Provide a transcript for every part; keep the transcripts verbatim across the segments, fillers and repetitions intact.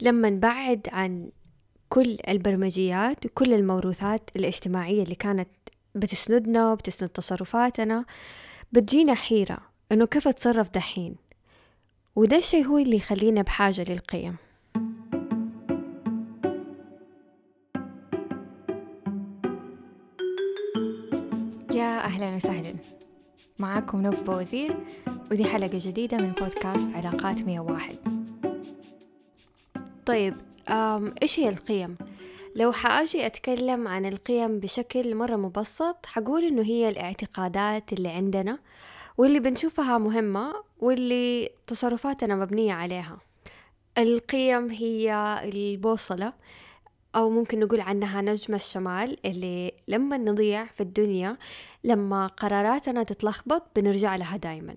لما نبعد عن كل البرمجيات وكل الموروثات الاجتماعية اللي كانت بتسندنا وبتسند تصرفاتنا، بتجينا حيرة إنه كيف أتصرف دحين. وده الشيء هو اللي يخلينا بحاجة للقيم. يا أهلا وسهلا، معاكم نوف بوزير، ودي حلقة جديدة من بودكاست علاقات مية وواحد. طيب أم إيش هي القيم؟ لو حاجي أتكلم عن القيم بشكل مرة مبسط، حقول إنه هي الاعتقادات اللي عندنا واللي بنشوفها مهمة واللي تصرفاتنا مبنية عليها. القيم هي البوصلة، أو ممكن نقول عنها نجم الشمال، اللي لما نضيع في الدنيا، لما قراراتنا تتلخبط بنرجع لها دايما.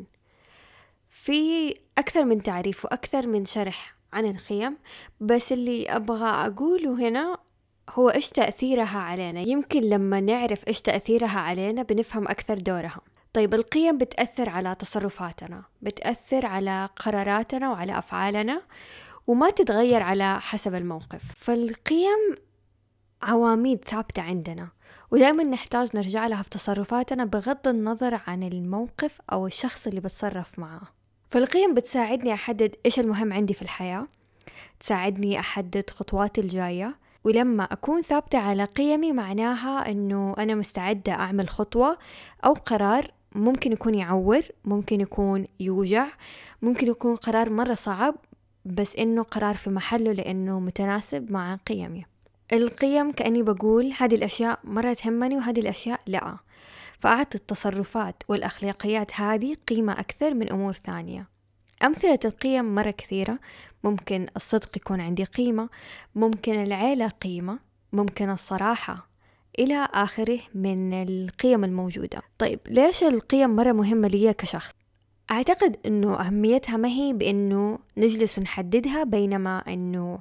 في أكثر من تعريف وأكثر من شرح عن القيم، بس اللي أبغى أقوله هنا هو إيش تأثيرها علينا. يمكن لما نعرف إيش تأثيرها علينا بنفهم أكثر دورها. طيب القيم بتأثر على تصرفاتنا، بتأثر على قراراتنا وعلى أفعالنا، وما تتغير على حسب الموقف. فالقيم عواميد ثابتة عندنا، ودائما نحتاج نرجع لها في تصرفاتنا بغض النظر عن الموقف أو الشخص اللي بتصرف معه. فالقيم بتساعدني أحدد إيش المهم عندي في الحياة، تساعدني أحدد خطواتي الجاية. ولما أكون ثابتة على قيمي معناها أنه أنا مستعدة أعمل خطوة أو قرار ممكن يكون يعور، ممكن يكون يوجع، ممكن يكون قرار مرة صعب، بس إنه قرار في محله لأنه متناسب مع قيمي. القيم كأني بقول هذه الأشياء مرة تهمني وهذه الأشياء لا، فأعطي التصرفات والأخلاقيات هذه قيمة أكثر من أمور ثانية. أمثلة القيم مرة كثيرة. ممكن الصدق يكون عندي قيمة، ممكن العيلة قيمة، ممكن الصراحة، إلى آخره من القيم الموجودة. طيب ليش القيم مرة مهمة لي كشخص؟ أعتقد أنه أهميتها ما هي بأنه نجلس ونحددها، بينما أنه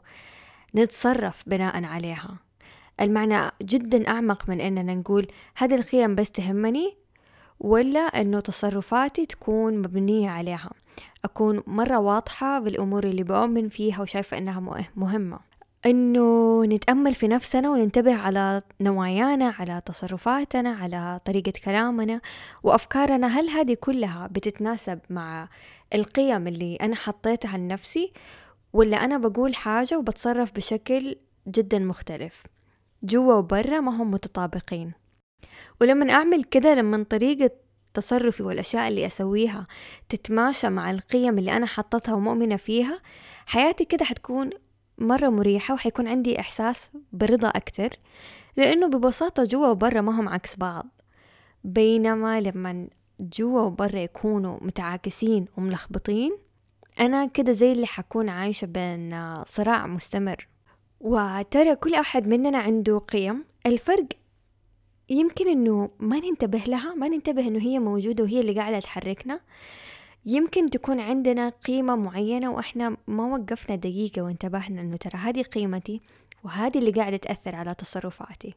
نتصرف بناء عليها. المعنى جدا أعمق من أننا نقول هذه القيم بس تهمني، ولا أنه تصرفاتي تكون مبنية عليها، أكون مرة واضحة بالأمور اللي بؤمن فيها وشايفة أنها مهمة. أنه نتأمل في نفسنا وننتبه على نوايانا، على تصرفاتنا، على طريقة كلامنا وأفكارنا. هل هذه كلها بتتناسب مع القيم اللي أنا حطيتها لنفسي، ولا أنا بقول حاجة وبتصرف بشكل جدا مختلف؟ جوا وبرا ما هم متطابقين. ولما أعمل كده، لما طريقة تصرفي والأشياء اللي أسويها تتماشى مع القيم اللي أنا حطتها ومؤمنة فيها، حياتي كده حتكون مرة مريحة، وحيكون عندي إحساس برضا أكتر، لأنه ببساطة جوا وبرا ما هم عكس بعض. بينما لما جوا وبرا يكونوا متعاكسين وملخبطين، أنا كده زي اللي حكون عايشة بين صراع مستمر. وترى كل أحد مننا عنده قيم، الفرق يمكن أنه ما ننتبه لها، ما ننتبه أنه هي موجودة وهي اللي قاعدة تحركنا. يمكن تكون عندنا قيمة معينة وإحنا ما وقفنا دقيقة وانتبهنا أنه ترى هذه قيمتي وهذه اللي قاعدة تأثر على تصرفاتي.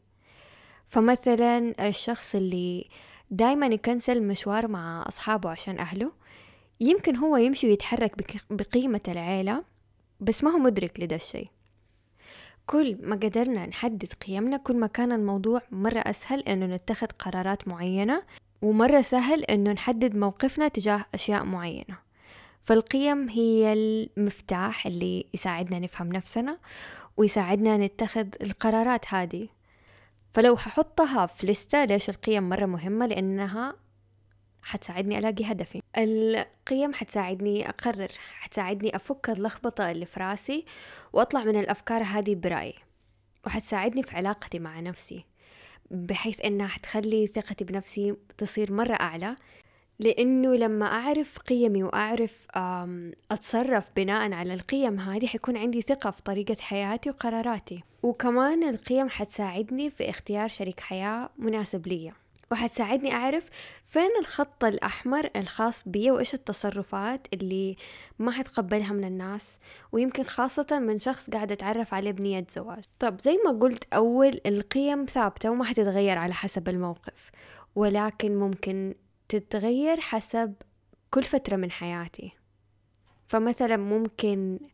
فمثلا الشخص اللي دايما يكنسل مشوار مع أصحابه عشان أهله، يمكن هو يمشي ويتحرك بقيمة العيلة، بس ما هو مدرك لده الشيء. كل ما قدرنا نحدد قيمنا، كل ما كان الموضوع مرة أسهل إنه نتخذ قرارات معينة، ومرة سهل إنه نحدد موقفنا تجاه أشياء معينة. فالقيم هي المفتاح اللي يساعدنا نفهم نفسنا ويساعدنا نتخذ القرارات هذه. فلو ححطها في لستة ليش القيم مرة مهمة، لأنها حتساعدني ألاقي هدفي. القيم حتساعدني أقرر، حتساعدني أفك اللخبطة اللي في راسي وأطلع من الأفكار هذه برأيي، وحتساعدني في علاقتي مع نفسي، بحيث أنها حتخلي ثقتي بنفسي تصير مرة أعلى. لأنه لما أعرف قيمي وأعرف أتصرف بناء على القيم هذه، حيكون عندي ثقة في طريقة حياتي وقراراتي. وكمان القيم حتساعدني في اختيار شريك حياة مناسب لي، وحتساعدني أعرف فين الخط الأحمر الخاص بي، وإيش التصرفات اللي ما حتقبلها من الناس، ويمكن خاصة من شخص قاعد أتعرف عليه بنية زواج. طب زي ما قلت أول، القيم ثابتة وما حتتغير على حسب الموقف، ولكن ممكن تتغير حسب كل فترة من حياتي. فمثلا ممكن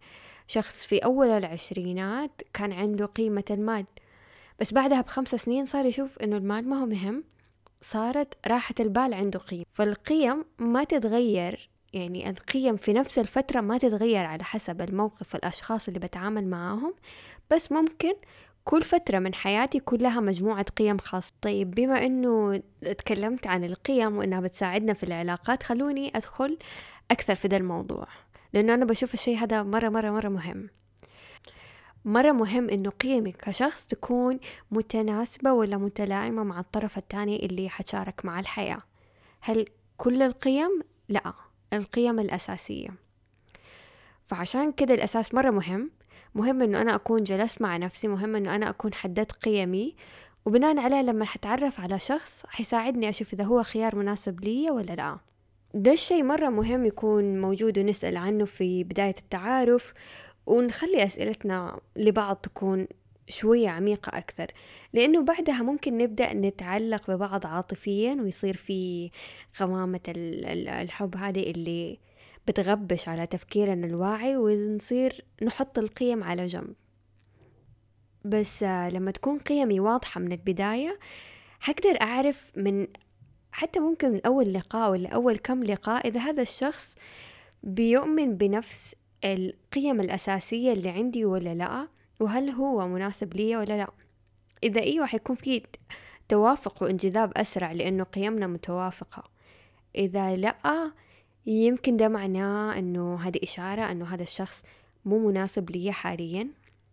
شخص في أول العشرينات كان عنده قيمة المال، بس بعدها بخمس سنين صار يشوف إنه المال ما هو مهم، صارت راحة البال عنده قيمة. فالقيم ما تتغير، يعني القيم في نفس الفترة ما تتغير على حسب الموقف والأشخاص اللي بتعامل معاهم، بس ممكن كل فترة من حياتي كلها مجموعة قيم خاصة. طيب بما أنه اتكلمت عن القيم وأنها بتساعدنا في العلاقات، خلوني أدخل أكثر في ده الموضوع، لأنه أنا بشوف الشيء هذا مرة مرة مرة مهم. مرة مهم إنه قيمك كشخص تكون متناسبة ولا متلائمة مع الطرف الثاني اللي حتشارك مع الحياة. هل كل القيم؟ لا، القيم الأساسية. فعشان كده الأساس مرة مهم. مهم إنه أنا أكون جلست مع نفسي، مهم إنه أنا أكون حددت قيمي، وبناء عليه لما حتعرف على شخص حيساعدني أشوف إذا هو خيار مناسب لي ولا لا. ده الشيء مرة مهم يكون موجود ونسأل عنه في بداية التعارف، ونخلي أسئلتنا لبعض تكون شوية عميقة أكثر، لأنه بعدها ممكن نبدأ نتعلق ببعض عاطفيا ويصير في غمامة الحب هذه اللي بتغبش على تفكيرنا الواعي، ونصير نحط القيم على جنب. بس لما تكون قيمي واضحة من البداية حقدر أعرف من حتى ممكن من أول لقاء ولا أول كم لقاء إذا هذا الشخص بيؤمن بنفس القيم الأساسية اللي عندي ولا لا، وهل هو مناسب لي ولا لا. إذا إيوه حيكون في توافق وانجذاب أسرع لأنه قيمنا متوافقة. إذا لا، يمكن ده معناه أنه هذه إشارة أنه هذا الشخص مو مناسب لي حاليا.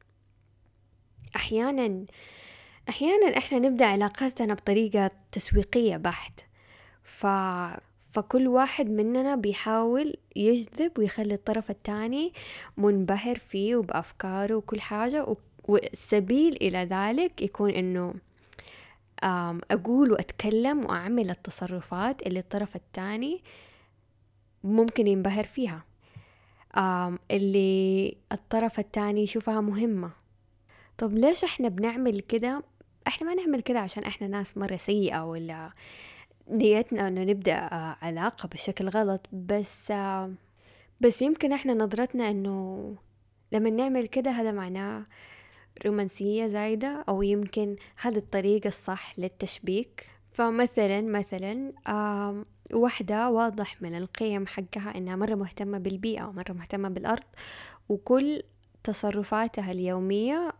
أحيانا أحيانا إحنا نبدأ علاقاتنا بطريقة تسويقية بحت، ف... فكل واحد مننا بيحاول يجذب ويخلي الطرف الثاني منبهر فيه وبأفكاره وكل حاجة، و... والسبيل إلى ذلك يكون إنه أقول وأتكلم وأعمل التصرفات اللي الطرف الثاني ممكن ينبهر فيها، اللي الطرف الثاني يشوفها مهمة. طب ليش إحنا بنعمل كده؟ إحنا ما نعمل كده عشان إحنا ناس مرة سيئة ولا نيتنا أنه نبدأ علاقة بشكل غلط، بس بس يمكن إحنا نظرتنا أنه لما نعمل كده هذا معناه رومانسية زايدة، أو يمكن هذا الطريقة الصح للتشبيك. فمثلا مثلا واحدة واضح من القيم حقها إنها مرة مهتمة بالبيئة ومرة مهتمة بالأرض، وكل تصرفاتها اليومية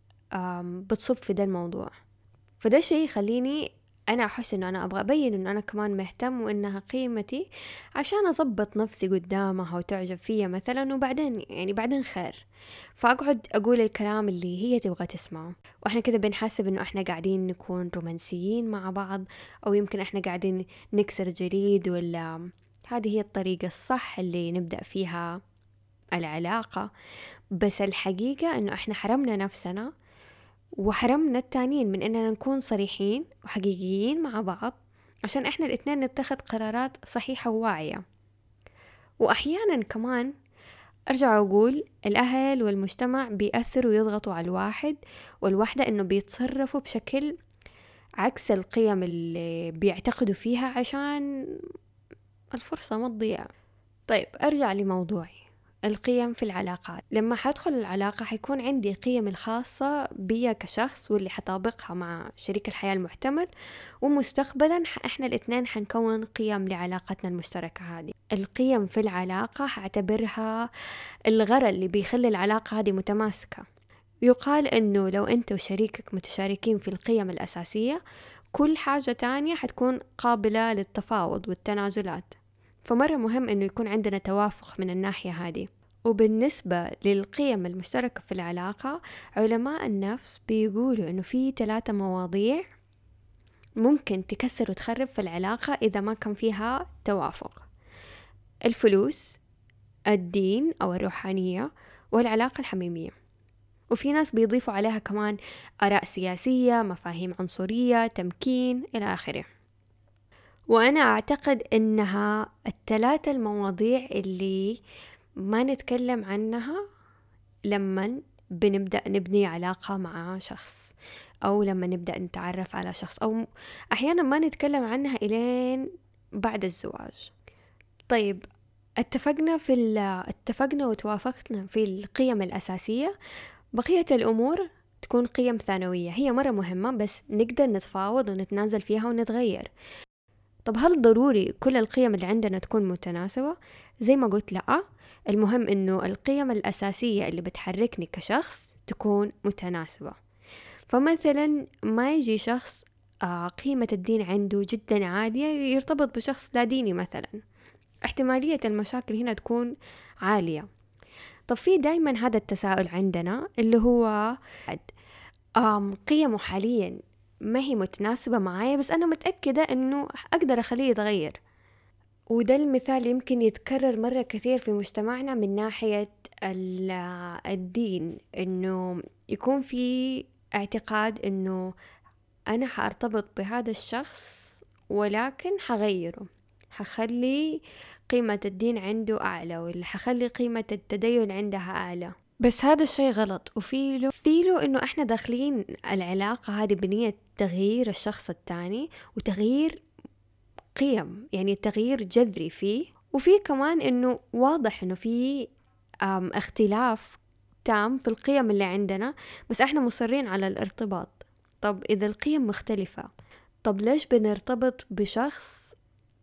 بتصب في ده الموضوع. فده شيء يخليني أنا أحس إنه أنا أبغى أبين إنه أنا كمان مهتم وإنها قيمتي، عشان أضبط نفسي قدامها وتعجب فيا مثلا، وبعدين يعني بعدين خير. فأقعد أقول الكلام اللي هي تبغى تسمعه، وإحنا كده بنحسب إنه إحنا قاعدين نكون رومانسيين مع بعض، أو يمكن إحنا قاعدين نكسر جليد، ولا هذه هي الطريقة الصح اللي نبدأ فيها العلاقة. بس الحقيقة إنه إحنا حرمنا نفسنا وحرمنا التانيين من إننا نكون صريحين وحقيقيين مع بعض، عشان إحنا الاثنين نتخذ قرارات صحيحة وواعية. وأحيانا كمان أرجع أقول الأهل والمجتمع بيأثروا ويضغطوا على الواحد والواحدة إنه بيتصرفوا بشكل عكس القيم اللي بيعتقدوا فيها عشان الفرصة ما تضيع. طيب أرجع لموضوعي، القيم في العلاقات. لما حدخل العلاقة حيكون عندي قيم الخاصة بي كشخص واللي حطابقها مع شريك الحياة المحتمل، ومستقبلا احنا الاثنين حنكون قيم لعلاقتنا المشتركة هذه. القيم في العلاقة حاعتبرها الغرض اللي بيخلي العلاقة هذه متماسكة. يقال انه لو انت وشريكك متشاركين في القيم الأساسية، كل حاجة تانية حتكون قابلة للتفاوض والتنازلات. فمرة مهم إنه يكون عندنا توافق من الناحية هذه. وبالنسبة للقيم المشتركة في العلاقة، علماء النفس بيقولوا إنه في ثلاثة مواضيع ممكن تكسر وتخرب في العلاقة إذا ما كان فيها توافق: الفلوس، الدين أو الروحانية، والعلاقة الحميمية. وفي ناس بيضيفوا عليها كمان آراء سياسية، مفاهيم عنصرية، تمكين إلى آخره. وأنا أعتقد إنها الثلاثة المواضيع اللي ما نتكلم عنها لما بنبدأ نبني علاقة مع شخص، أو لما نبدأ نتعرف على شخص، أو أحيانا ما نتكلم عنها إلين بعد الزواج. طيب اتفقنا في ال- اتفقنا وتوافقنا في القيم الأساسية. بقية الأمور تكون قيم ثانوية، هي مرة مهمة بس نقدر نتفاوض ونتنازل فيها ونتغير. طب هل ضروري كل القيم اللي عندنا تكون متناسبة؟ زي ما قلت لأ، المهم إنه القيم الأساسية اللي بتحركني كشخص تكون متناسبة. فمثلا ما يجي شخص آه، قيمة الدين عنده جدا عالية يرتبط بشخص لا ديني مثلا، احتمالية المشاكل هنا تكون عالية. طب في دايما هذا التساؤل عندنا اللي هو آم قيمه حاليا ما هي متناسبة معايا، بس أنا متأكدة إنه أقدر أخليه يتغير. وده المثال يمكن يتكرر مرة كثير في مجتمعنا من ناحية ال- الدين، إنه يكون في اعتقاد إنه أنا حأرتبط بهذا الشخص ولكن حغيره، حخلي قيمة الدين عنده أعلى، ولا حخلي قيمة التدين عندها أعلى. بس هذا الشيء غلط، وفي له في له إنه إحنا داخلين العلاقة هذه بنية تغيير الشخص التاني وتغيير قيم، يعني تغيير جذري فيه. وفي كمان إنه واضح إنه في أم، اختلاف تام في القيم اللي عندنا، بس إحنا مصرين على الارتباط. طب إذا القيم مختلفة، طب ليش بنرتبط بشخص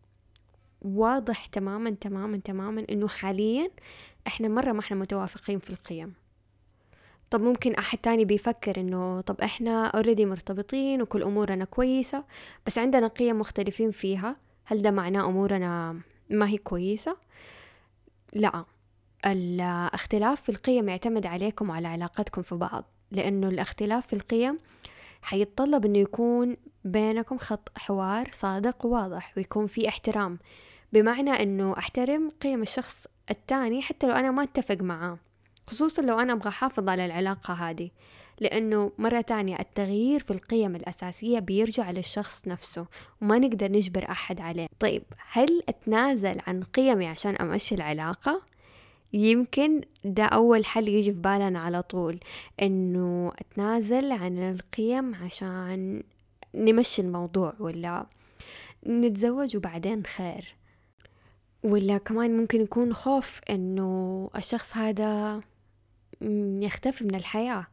واضح تماما تماما تماما إنه حاليا إحنا مرة ما إحنا متوافقين في القيم؟ طب ممكن أحد تاني بيفكر إنه طب إحنا already مرتبطين وكل أمورنا كويسة، بس عندنا قيم مختلفين فيها، هل ده معناه أمورنا ما هي كويسة؟ لا، الاختلاف في القيم يعتمد عليكم وعلى علاقتكم في بعض، لأنه الاختلاف في القيم حيتطلب إنه يكون بينكم خط حوار صادق وواضح، ويكون في احترام، بمعنى إنه أحترم قيم الشخص التاني حتى لو أنا ما أتفق معاه، خصوصا لو أنا أبغى أحافظ على العلاقة هذه، لأنه مرة تانية التغيير في القيم الأساسية بيرجع للشخص نفسه وما نقدر نجبر أحد عليه. طيب هل أتنازل عن قيمي عشان أمشي العلاقة؟ يمكن ده أول حل يجي في بالنا على طول، إنه أتنازل عن القيم عشان نمشي الموضوع، ولا نتزوج وبعدين خير، ولا كمان ممكن يكون خوف إنه الشخص هذا مم، يختفي من الحياة.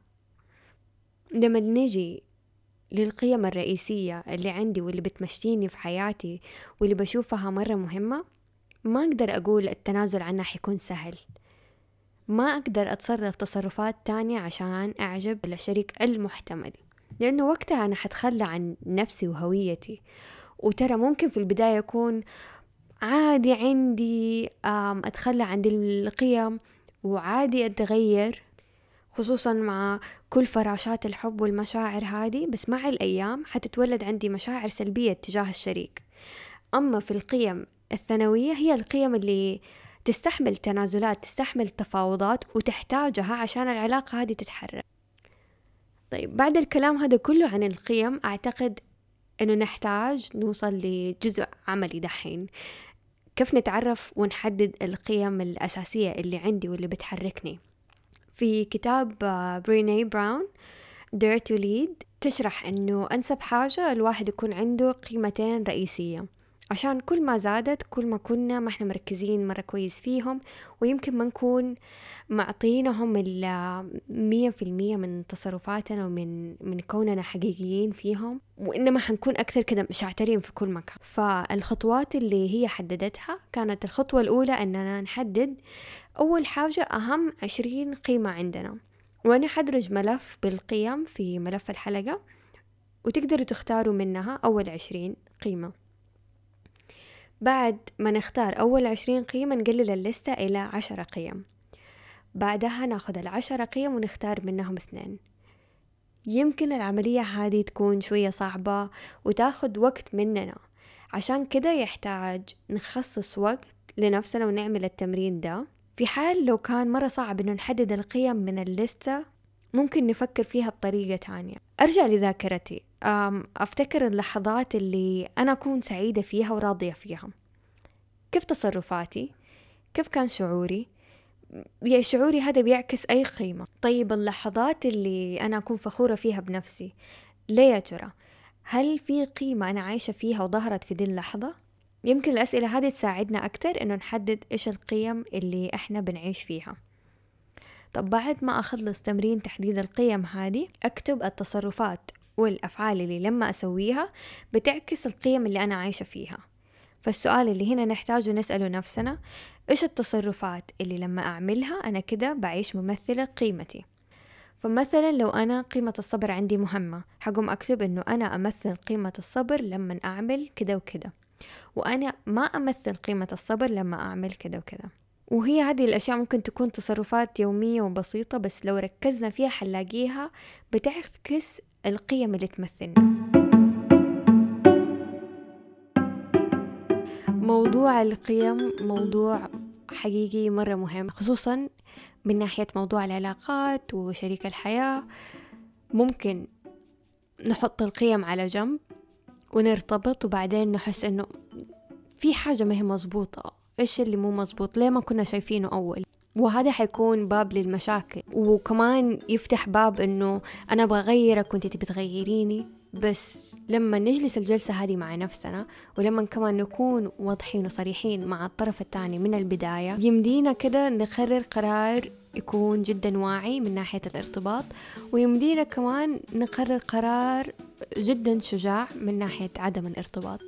لما نجي للقيم الرئيسية اللي عندي واللي بتمشيني في حياتي واللي بشوفها مرة مهمة، ما أقدر أقول التنازل عنها حيكون سهل، ما أقدر أتصرف تصرفات تانية عشان أعجب الشريك المحتمل، لأنه وقتها أنا حتخلى عن نفسي وهويتي. وترى ممكن في البداية يكون عادي عندي أم، أتخلى عن دي القيم وعادي أتغير، خصوصا مع كل فراشات الحب والمشاعر هذه، بس مع الأيام حتتولد عندي مشاعر سلبية تجاه الشريك. أما في القيم الثانوية هي القيم اللي تستحمل تنازلات، تستحمل تفاوضات وتحتاجها عشان العلاقة هذه تتحرك. طيب بعد الكلام هذا كله عن القيم، أعتقد أنه نحتاج نوصل لجزء عملي دحين، كيف نتعرف ونحدد القيم الأساسية اللي عندي واللي بتحركني. في كتاب بريني براون Dare to Lead تشرح أنه أنسب حاجة الواحد يكون عنده قيمتين رئيسية، عشان كل ما زادت كل ما كنا ما احنا مركزين مرة كويس فيهم، ويمكن ما نكون معطينهم المية في المية من تصرفاتنا ومن من كوننا حقيقيين فيهم، وإنما حنكون أكثر كده مشعترين في كل مكان. فالخطوات اللي هي حددتها كانت الخطوة الأولى أننا نحدد أول حاجة أهم عشرين قيمة عندنا، وأنا حدرج ملف بالقيم في ملف الحلقة وتقدروا تختاروا منها أول عشرين قيمة. بعد ما نختار أول عشرين قيمة نقلل الليستة إلى عشرة قيم، بعدها ناخد العشرة قيم ونختار منهم اثنين. يمكن العملية هذه تكون شوية صعبة وتاخد وقت مننا، عشان كده يحتاج نخصص وقت لنفسنا ونعمل التمرين ده. في حال لو كان مرة صعب إنه نحدد القيم من الليستة، ممكن نفكر فيها بطريقة تانية. أرجع لذاكرتي، أم أفتكر اللحظات اللي أنا أكون سعيدة فيها وراضية فيها، كيف تصرفاتي، كيف كان شعوري، يا شعوري هذا بيعكس أي قيمة. طيب اللحظات اللي أنا أكون فخورة فيها بنفسي، ليه يا ترى؟ هل في قيمة أنا عايشة فيها وظهرت في دي اللحظة؟ يمكن الأسئلة هذه تساعدنا أكتر إنه نحدد إيش القيم اللي إحنا بنعيش فيها. طب بعد ما أخلص تمرين تحديد القيم هذه، أكتب التصرفات والأفعال اللي لما أسويها بتعكس القيم اللي أنا عايشة فيها. فالسؤال اللي هنا نحتاجه نسأله نفسنا، إيش التصرفات اللي لما أعملها أنا كده بعيش ممثلة قيمتي؟ فمثلا لو أنا قيمة الصبر عندي مهمة، حقوم أكتب إنه أنا أمثل قيمة الصبر لما أعمل كده وكده، وأنا ما أمثل قيمة الصبر لما أعمل كده وكده. وهي هذه الأشياء ممكن تكون تصرفات يومية وبسيطة، بس لو ركزنا فيها حنلاقيها بتعكس القيم اللي تمثلنا. موضوع القيم موضوع حقيقي مرة مهم، خصوصا من ناحية موضوع العلاقات وشريك الحياة. ممكن نحط القيم على جنب ونرتبط وبعدين نحس إنه في حاجة ما هي مزبوطة، إيش اللي مو مزبوط، ليه ما كنا شايفينه أول؟ وهذا حيكون باب للمشاكل، وكمان يفتح باب إنه أنا أبغى أغيرك وأنت تبي تغيريني. بس لما نجلس الجلسة هذه مع نفسنا، ولما كمان نكون واضحين وصريحين مع الطرف الثاني من البداية، يمدينا كده نقرر قرار يكون جدا واعي من ناحية الارتباط، ويمدينا كمان نقرر قرار جدا شجاع من ناحية عدم الارتباط.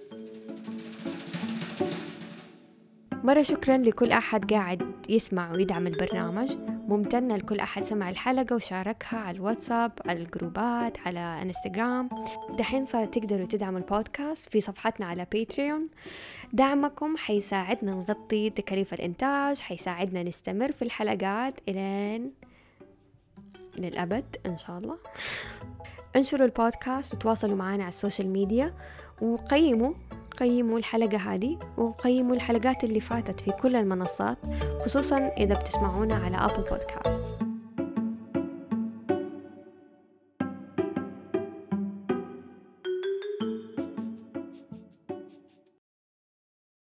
مرة شكرا لكل أحد قاعد يسمع ويدعم البرنامج. ممتنة لكل أحد سمع الحلقة وشاركها على الواتساب، على الجروبات، على انستغرام. دحين صارت تقدروا تدعموا البودكاست في صفحتنا على باتريون. دعمكم حيساعدنا نغطي تكاليف الإنتاج، حيساعدنا نستمر في الحلقات إلين للأبد إن شاء الله. انشروا البودكاست وتواصلوا معنا على السوشيال ميديا، وقيموا قيموا الحلقة هذه وقيموا الحلقات اللي فاتت في كل المنصات، خصوصا إذا بتسمعونا على أبل بودكاست.